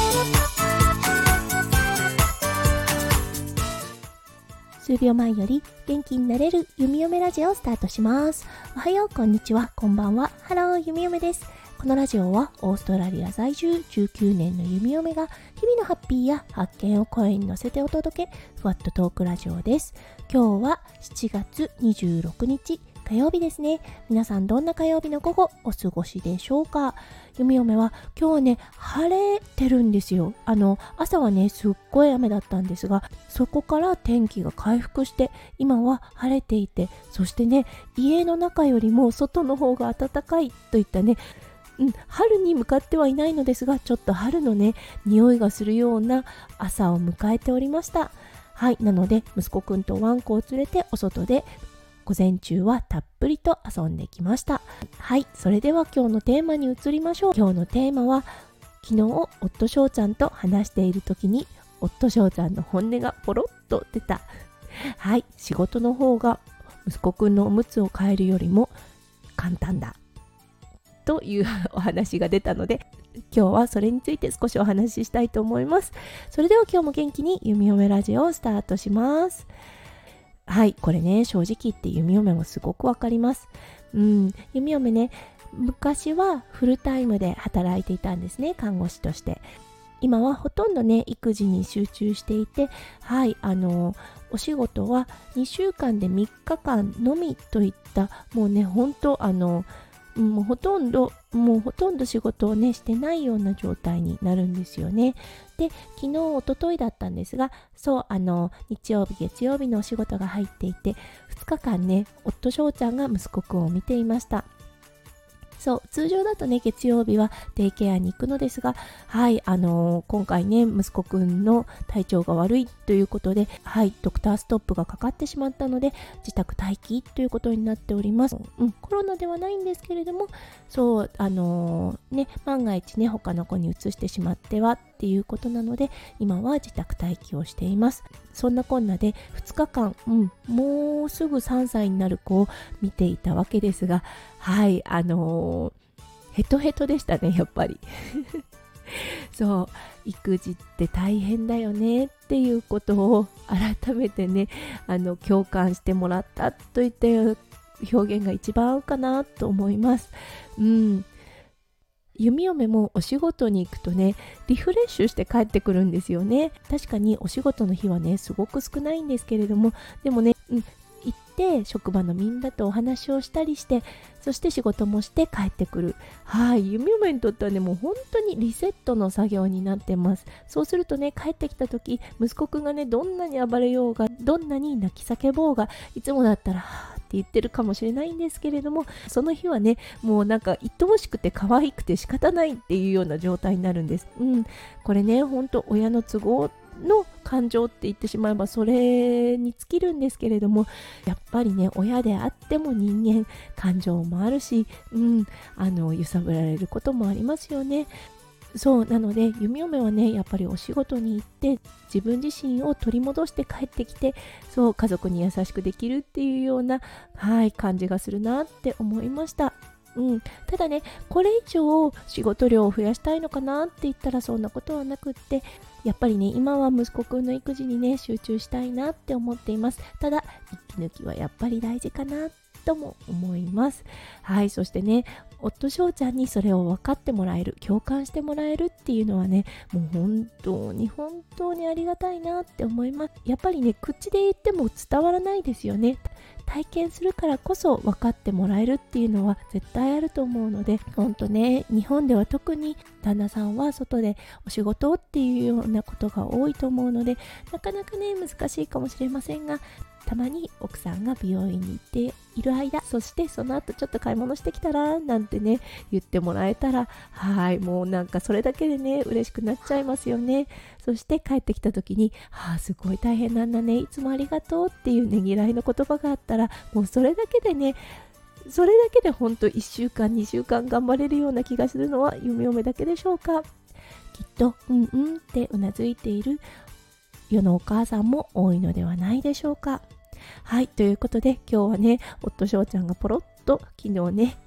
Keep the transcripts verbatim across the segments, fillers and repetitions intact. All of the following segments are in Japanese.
数秒前より元気になれる弓嫁ラジオをスタートします。おはよう、こんにちは、こんばんは。ハロー、弓嫁です。このラジオはオーストラリア在住じゅうきゅうねんの弓嫁が日々のハッピーや発見を声に乗せてお届け、ふわっとトークラジオです。今日はしちがつにじゅうろくにち火曜日ですね。皆さんどんな火曜日の午後お過ごしでしょうか。弓嫁は今日はね晴れてるんですよ。あの朝はねすっごい雨だったんですが、そこから天気が回復して今は晴れていて、そしてね家の中よりも外の方が暖かいといったね、うん、春に向かってはいないのですが、ちょっと春のね匂いがするような朝を迎えておりました。はい、なので息子くんとワンコを連れてお外で午前中はたっぷりと遊んできました。はい、それでは今日のテーマに移りましょう。今日のテーマは、昨日夫翔ちゃんと話している時に夫翔ちゃんの本音がポロッと出た。はい、仕事の方が息子くんのおむつを替えるよりも簡単だというお話が出たので、今日はそれについて少しお話ししたいと思います。それでは今日も元気に弓嫁ラジオをスタートします。はい、これね正直言って弓嫁もすごくわかります。うん、弓嫁ね昔はフルタイムで働いていたんですね、看護師として。今はほとんどね育児に集中していて、はいあのお仕事はにしゅうかんでみっかかんのみといった、もうね本当あのもうほとんどもうほとんど仕事をねしてないような状態になるんですよね。で昨日一昨日だったんですが、そうあの日曜日月曜日のお仕事が入っていて、ふつかかんね夫翔ちゃんが息子くんを見ていました。そう通常だとね月曜日はデイケアに行くのですが、はいあのー、今回ね息子くんの体調が悪いということで、はいドクターストップがかかってしまったので自宅待機ということになっております。うん、コロナではないんですけれども、そうあのー、ね万が一ね他の子に移してしまってはっていうことなので、今は自宅待機をしています。そんなこんなでふつかかん、うん、もうすぐさんさいになる子を見ていたわけですが、はいあのー、ヘトヘトでしたねやっぱりそう育児って大変だよねっていうことを改めてねあの共感してもらったといった表現が一番合うかなと思います。うん弓嫁もお仕事に行くとねリフレッシュして帰ってくるんですよね。確かにお仕事の日はねすごく少ないんですけれども、でもね、うん、行って職場のみんなとお話をしたりして、そして仕事もして帰ってくる。はい弓嫁にとってはねもう本当にリセットの作業になってます。そうするとね帰ってきた時、息子くんがねどんなに暴れようが、どんなに泣き叫ぼうが、いつもだったらはぁって言ってるかもしれないんですけれども、その日はねもうなんか愛おしくて可愛くて仕方ないっていうような状態になるんです。うん、これね本当親の都合の感情って言ってしまえばそれに尽きるんですけれども、やっぱりね親であっても人間感情もあるし、うん、あの揺さぶられることもありますよね。そうなので弓嫁はねやっぱりお仕事に行って自分自身を取り戻して帰ってきて、そう家族に優しくできるっていうような、はい、感じがするなって思いました。うん、ただねこれ以上仕事量を増やしたいのかなって言ったらそんなことはなくって、やっぱりね今は息子くんの育児にね集中したいなって思っています。ただ息抜きはやっぱり大事かなとも思います。はい、そしてね夫翔ちゃんにそれを分かってもらえる、共感してもらえるっていうのはねもう本当に本当にありがたいなって思います。やっぱりね口で言っても伝わらないですよね。体験するからこそ分かってもらえるっていうのは絶対あると思うので、本当ね日本では特に旦那さんは外でお仕事っていうようなことが多いと思うので、なかなかね難しいかもしれませんが、たまに奥さんが美容院に行っている間、そしてその後ちょっと買い物してきたらなんてね言ってもらえたら、はいもうなんかそれだけでね嬉しくなっちゃいますよね。そして帰ってきた時に、はあすごい大変なんだね、いつもありがとうっていうねぎらいの言葉があったら、もうそれだけでねそれだけで本当いっしゅうかんにしゅうかん頑張れるような気がするのは弓嫁だけでしょうか。きっとうんうんってうなずいている世のお母さんも多いのではないでしょうか。はい、ということで今日はね夫翔ちゃんがポロッと昨日ね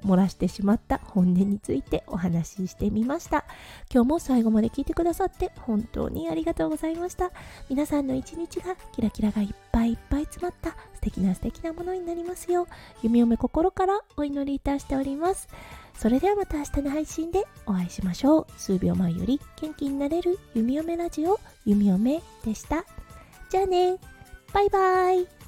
漏らしてしまった本音についてお話ししてみました。今日も最後まで聞いてくださって本当にありがとうございました。皆さんの一日がキラキラがいっぱいいっぱい詰まった素敵な素敵なものになりますよう、弓嫁心からお祈りいたしております。それではまた明日の配信でお会いしましょう。数秒前より元気になれる弓嫁ラジオ、弓嫁でした。じゃあね、バイバイ。